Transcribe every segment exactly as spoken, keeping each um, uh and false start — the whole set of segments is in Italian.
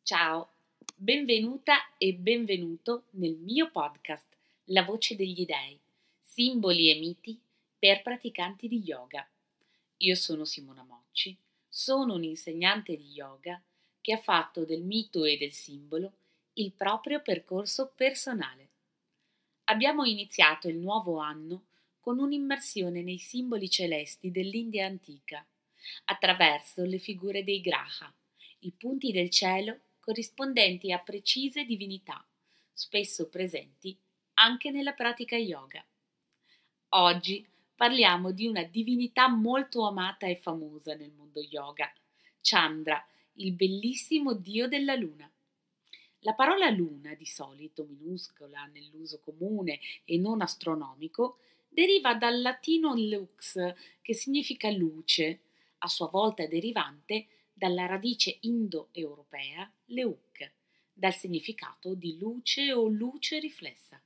Ciao, benvenuta e benvenuto nel mio podcast La voce degli dei, simboli e miti per praticanti di yoga. Io sono Simona Mocci, sono un'insegnante di yoga che ha fatto del mito e del simbolo il proprio percorso personale. Abbiamo iniziato il nuovo anno con un'immersione nei simboli celesti dell'India antica, attraverso le figure dei graha, i punti del cielo corrispondenti a precise divinità, spesso presenti anche nella pratica yoga. Oggi parliamo di una divinità molto amata e famosa nel mondo yoga, Chandra, il bellissimo dio della luna. La parola luna, di solito minuscola nell'uso comune e non astronomico, deriva dal latino lux, che significa luce, a sua volta derivante dalla radice indoeuropea leuk, dal significato di luce o luce riflessa.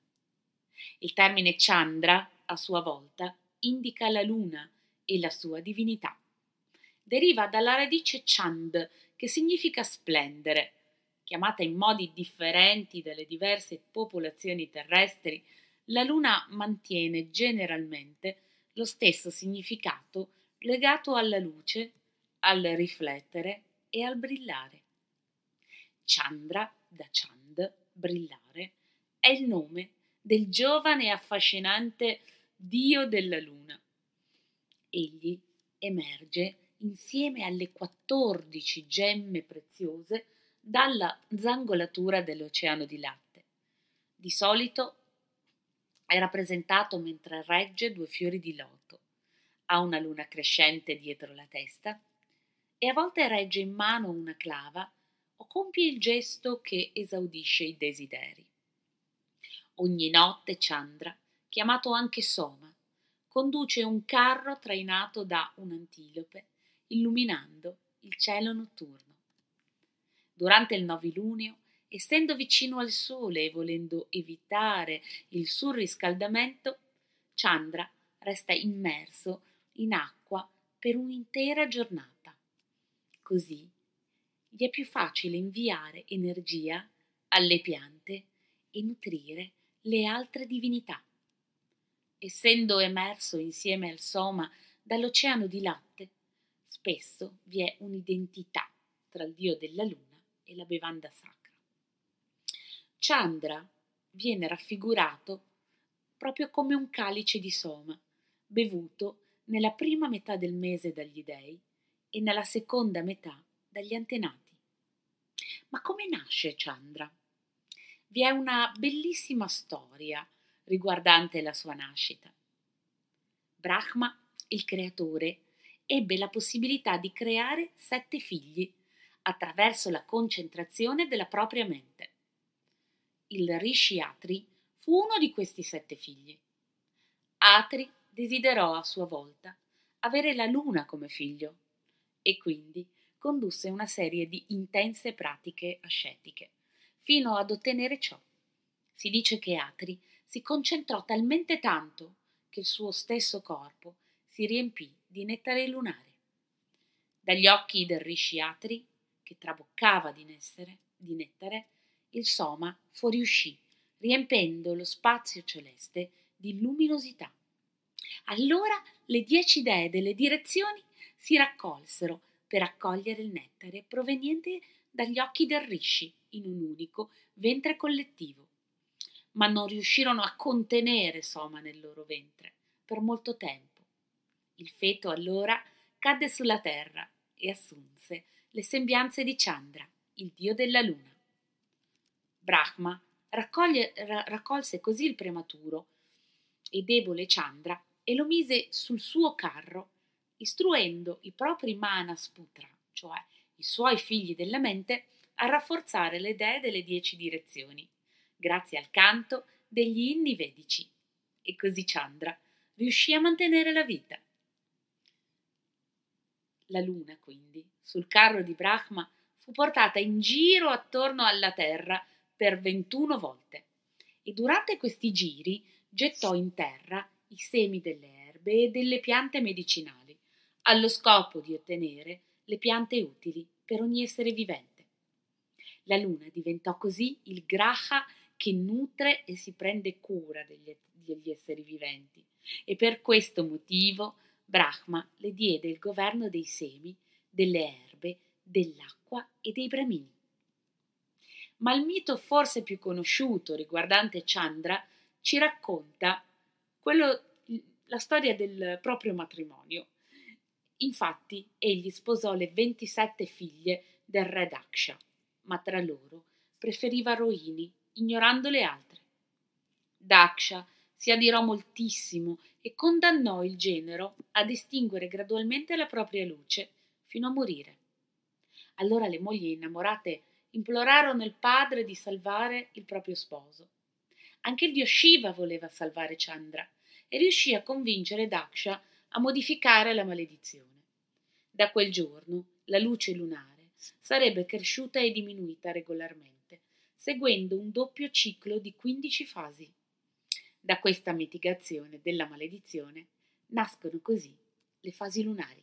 Il termine Chandra, a sua volta, indica la luna e la sua divinità. Deriva dalla radice Chand, che significa splendere. Chiamata in modi differenti dalle diverse popolazioni terrestri, la luna mantiene generalmente lo stesso significato legato alla luce, al riflettere e al brillare. Chandra, da Chand, brillare, è il nome del giovane e affascinante dio della luna. Egli emerge insieme alle quattordici gemme preziose dalla zangolatura dell'oceano di latte. Di solito è rappresentato mentre regge due fiori di loto, ha una luna crescente dietro la testa e a volte regge in mano una clava o compie il gesto che esaudisce i desideri. Ogni notte Chandra, chiamato anche Soma, conduce un carro trainato da un'antilope, illuminando il cielo notturno. Durante il novilunio, essendo vicino al sole e volendo evitare il surriscaldamento, Chandra resta immerso in acqua per un'intera giornata. Così gli è più facile inviare energia alle piante e nutrire le altre divinità. Essendo emerso insieme al Soma dall'oceano di latte, spesso vi è un'identità tra il dio della luna e la bevanda sacra. Chandra viene raffigurato proprio come un calice di Soma, bevuto nella prima metà del mese dagli dei e nella seconda metà dagli antenati. Ma come nasce Chandra? Vi è una bellissima storia riguardante la sua nascita. Brahma, il creatore, ebbe la possibilità di creare sette figli attraverso la concentrazione della propria mente. Il Rishi Atri fu uno di questi sette figli. Atri desiderò a sua volta avere la luna come figlio e quindi condusse una serie di intense pratiche ascetiche fino ad ottenere ciò. Si dice che Atri si concentrò talmente tanto che il suo stesso corpo si riempì di nettare lunare. Dagli occhi del Rishi Atri, che traboccava di, nessere, di nettare, il Soma fuoriuscì, riempendo lo spazio celeste di luminosità. Allora le dieci dee delle direzioni si raccolsero per accogliere il nettare proveniente dagli occhi del Rishi in un unico ventre collettivo, ma non riuscirono a contenere Soma nel loro ventre per molto tempo. Il feto allora cadde sulla terra e assunse le sembianze di Chandra, il dio della luna. Brahma raccoglie, ra, raccolse così il prematuro e debole Chandra e lo mise sul suo carro, istruendo i propri Manasputra, cioè i suoi figli della mente, a rafforzare le dee delle dieci direzioni, grazie al canto degli inni vedici. E così Chandra riuscì a mantenere la vita. La luna, quindi, sul carro di Brahma, fu portata in giro attorno alla terra per ventuno volte e durante questi giri gettò in terra i semi delle erbe e delle piante medicinali, allo scopo di ottenere le piante utili per ogni essere vivente. La luna diventò così il graha che nutre e si prende cura degli, degli esseri viventi, e per questo motivo Brahma le diede il governo dei semi, delle erbe, dell'acqua e dei bramini. Ma il mito forse più conosciuto riguardante Chandra ci racconta quello, la storia del proprio matrimonio. Infatti egli sposò le ventisette figlie del re Daksha, ma tra loro preferiva Rohini, ignorando le altre. Daksha si adirò moltissimo e condannò il genero ad estinguere gradualmente la propria luce fino a morire. Allora le mogli innamorate implorarono il padre di salvare il proprio sposo. Anche il dio Shiva voleva salvare Chandra e riuscì a convincere Daksha a modificare la maledizione. Da quel giorno la luce lunare sarebbe cresciuta e diminuita regolarmente, seguendo un doppio ciclo di quindici fasi. Da questa mitigazione della maledizione nascono così le fasi lunari.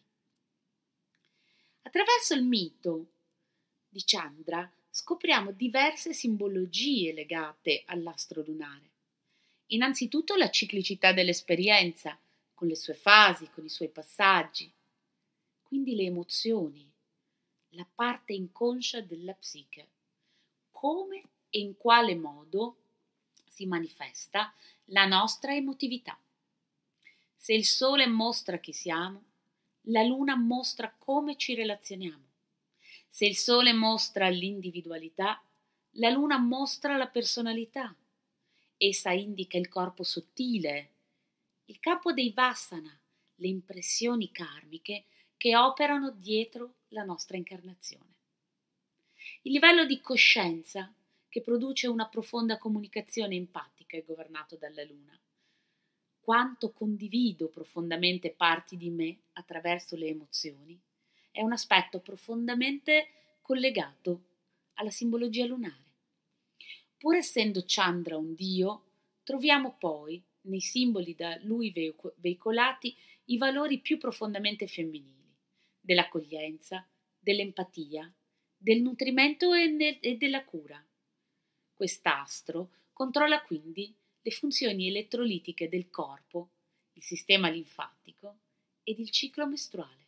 Attraverso il mito di Chandra scopriamo diverse simbologie legate all'astro lunare. Innanzitutto la ciclicità dell'esperienza, con le sue fasi, con i suoi passaggi, quindi le emozioni, la parte inconscia della psiche, come e in quale modo si manifesta la nostra emotività. Se il sole mostra chi siamo, la luna mostra come ci relazioniamo. Se il sole mostra l'individualità, la luna mostra la personalità. Essa indica il corpo sottile, il campo dei Vassana, le impressioni karmiche che operano dietro la nostra incarnazione. Il livello di coscienza che produce una profonda comunicazione empatica è governato dalla luna. Quanto condivido profondamente parti di me attraverso le emozioni è un aspetto profondamente collegato alla simbologia lunare. Pur essendo Chandra un dio, troviamo poi nei simboli da lui veicolati i valori più profondamente femminili, dell'accoglienza, dell'empatia, del nutrimento e della cura. Quest'astro controlla quindi le funzioni elettrolitiche del corpo, il sistema linfatico ed il ciclo mestruale.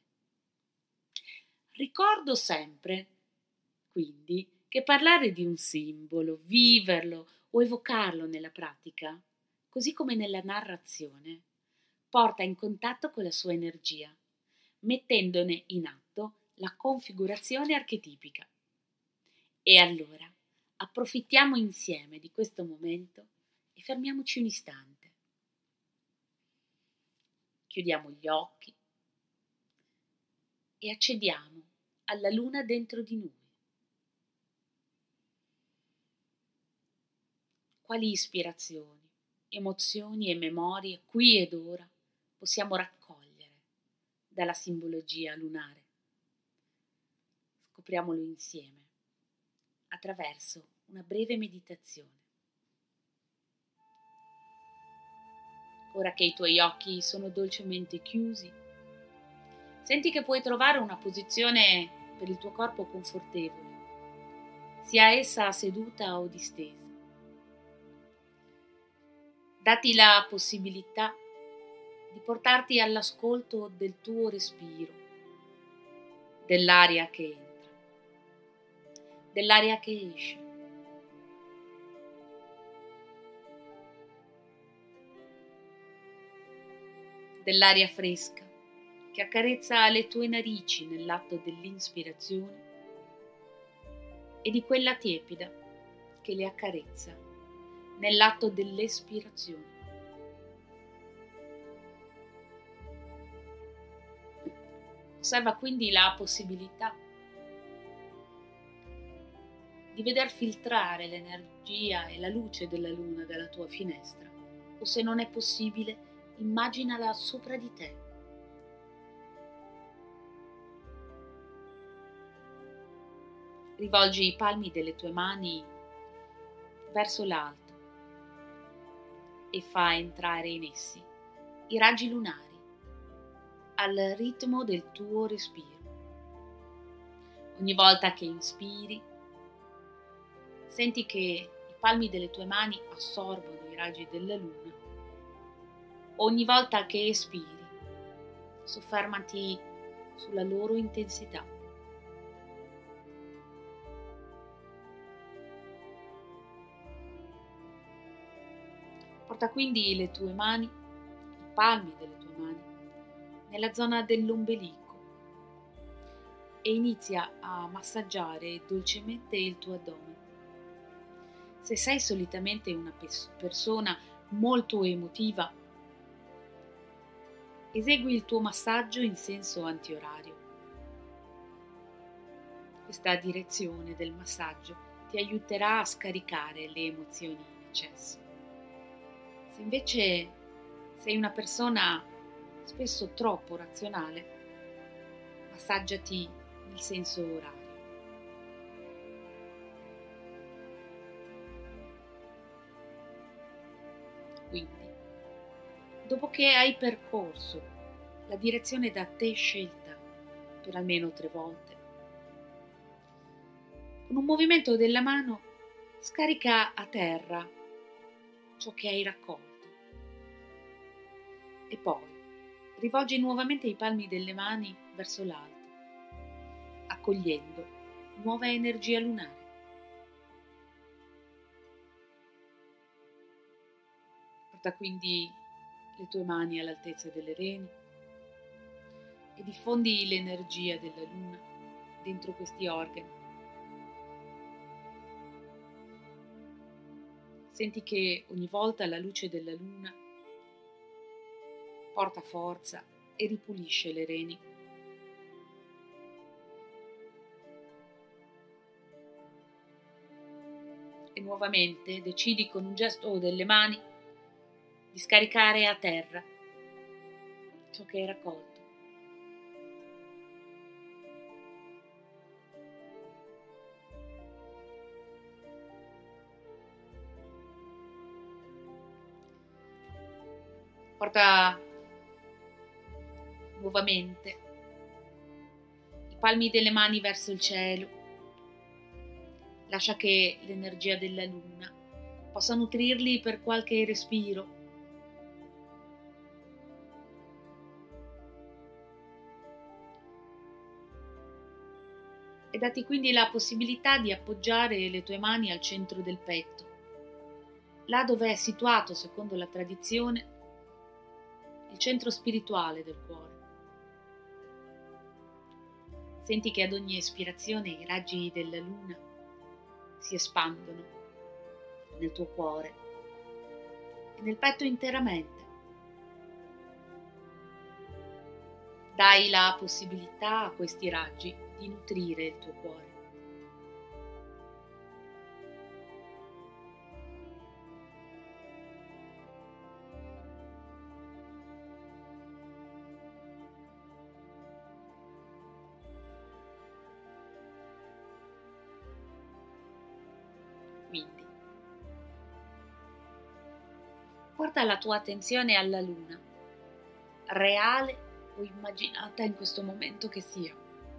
Ricordo sempre, quindi, che parlare di un simbolo, viverlo o evocarlo nella pratica, così come nella narrazione, porta in contatto con la sua energia, mettendone in atto la configurazione archetipica. E allora approfittiamo insieme di questo momento e fermiamoci un istante. Chiudiamo gli occhi e accediamo alla luna dentro di noi. Quali ispirazioni, emozioni e memorie qui ed ora possiamo raccogliere dalla simbologia lunare? Scopriamolo insieme attraverso una breve meditazione. Ora che i tuoi occhi sono dolcemente chiusi, senti che puoi trovare una posizione per il tuo corpo confortevole, sia essa seduta o distesa. Dati la possibilità di portarti all'ascolto del tuo respiro, dell'aria che entra, dell'aria che esce. Dell'aria fresca che accarezza le tue narici nell'atto dell'inspirazione e di quella tiepida che le accarezza nell'atto dell'espirazione. Osserva quindi la possibilità di veder filtrare l'energia e la luce della luna dalla tua finestra, o se non è possibile, immaginala sopra di te. Rivolgi i palmi delle tue mani verso l'alto e fa entrare in essi i raggi lunari al ritmo del tuo respiro. Ogni volta che inspiri, Senti che i palmi delle tue mani assorbono i raggi della luna. Ogni volta che espiri, soffermati sulla loro intensità. Porta quindi le tue mani, i palmi delle tue mani, nella zona dell'ombelico e inizia a massaggiare dolcemente il tuo addome. Se sei solitamente una pers- persona molto emotiva, esegui il tuo massaggio in senso antiorario. Questa direzione del massaggio ti aiuterà a scaricare le emozioni in eccesso. Se invece sei una persona spesso troppo razionale, massaggiati nel senso orario. Quindi, dopo che hai percorso la direzione da te scelta per almeno tre volte, con un movimento della mano scarica a terra ciò che hai raccolto e poi rivolgi nuovamente i palmi delle mani verso l'alto, accogliendo nuova energia lunare. Porta quindi le tue mani all'altezza delle reni e diffondi l'energia della luna dentro questi organi. Senti che ogni volta la luce della luna porta forza e ripulisce le reni. E nuovamente decidi con un gesto delle mani di scaricare a terra ciò che hai raccolto. Porta nuovamente i palmi delle mani verso il cielo. Lascia che l'energia della luna possa nutrirli per qualche respiro. E dati quindi la possibilità di appoggiare le tue mani al centro del petto, là dove è situato, secondo la tradizione, il centro spirituale del cuore. Senti che ad ogni espirazione i raggi della luna si espandono nel tuo cuore e nel petto interamente. Dai la possibilità a questi raggi di nutrire il tuo cuore. Quindi, porta la tua attenzione alla luna, reale o immaginata in questo momento che sia.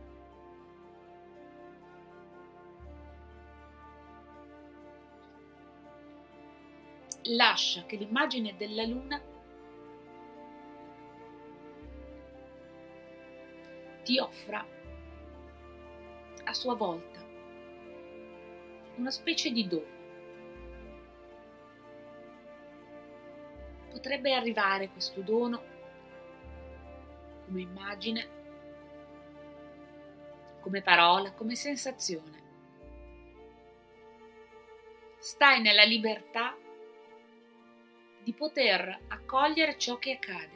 Lascia che l'immagine della luna ti offra a sua volta una specie di dono. Potrebbe arrivare questo dono come immagine, come parola, come sensazione. Stai nella libertà di poter accogliere ciò che accade.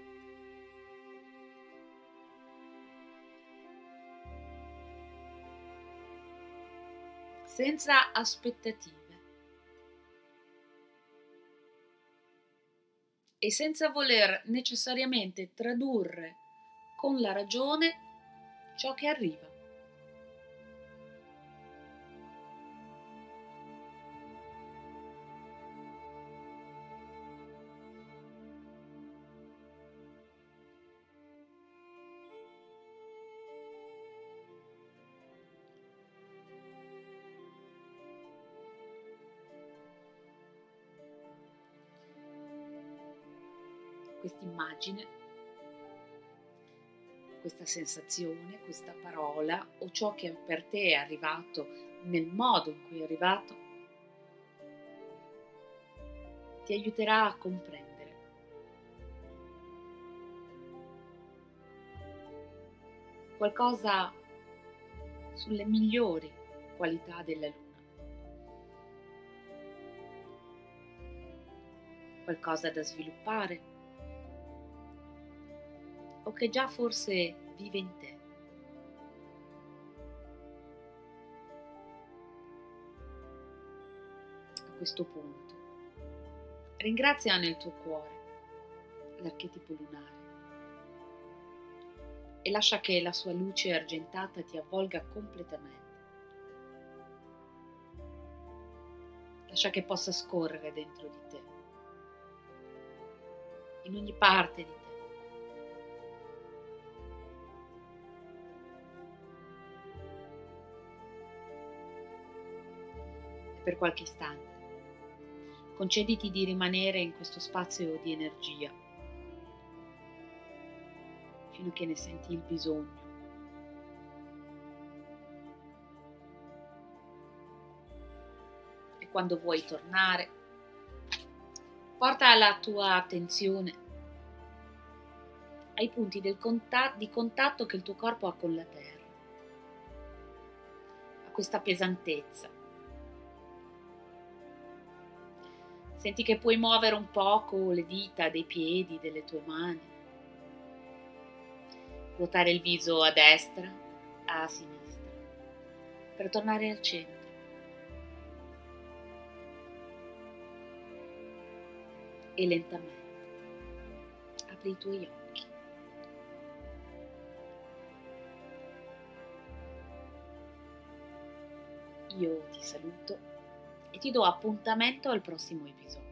Senza aspettative e senza voler necessariamente tradurre con la ragione ciò che arriva. questa immagine, questa sensazione, questa parola o ciò che per te è arrivato nel modo in cui è arrivato, ti aiuterà a comprendere qualcosa sulle migliori qualità della luna, qualcosa da sviluppare o che già forse vive in te. A questo punto, ringrazia nel tuo cuore l'archetipo lunare e lascia che la sua luce argentata ti avvolga completamente. Lascia che possa scorrere dentro di te, in ogni parte di te. E per qualche istante, concediti di rimanere in questo spazio di energia, fino a che ne senti il bisogno. E quando vuoi tornare, porta la tua attenzione ai punti del contatto, di contatto che il tuo corpo ha con la terra, a questa pesantezza. Senti che puoi muovere un poco le dita dei piedi, delle tue mani, ruotare il viso a destra, a sinistra, per tornare al centro. E lentamente apri i tuoi occhi. Io ti saluto e ti do appuntamento al prossimo episodio.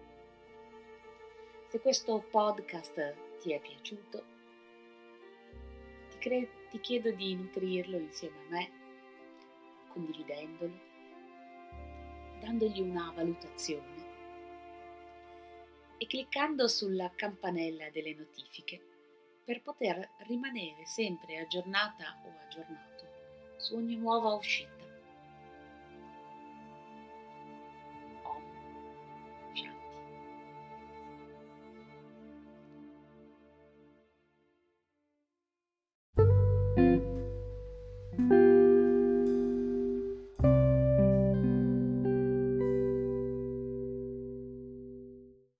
Se questo podcast ti è piaciuto, ti, cre- ti chiedo di nutrirlo insieme a me, condividendolo, dandogli una valutazione e cliccando sulla campanella delle notifiche per poter rimanere sempre aggiornata o aggiornato su ogni nuova uscita.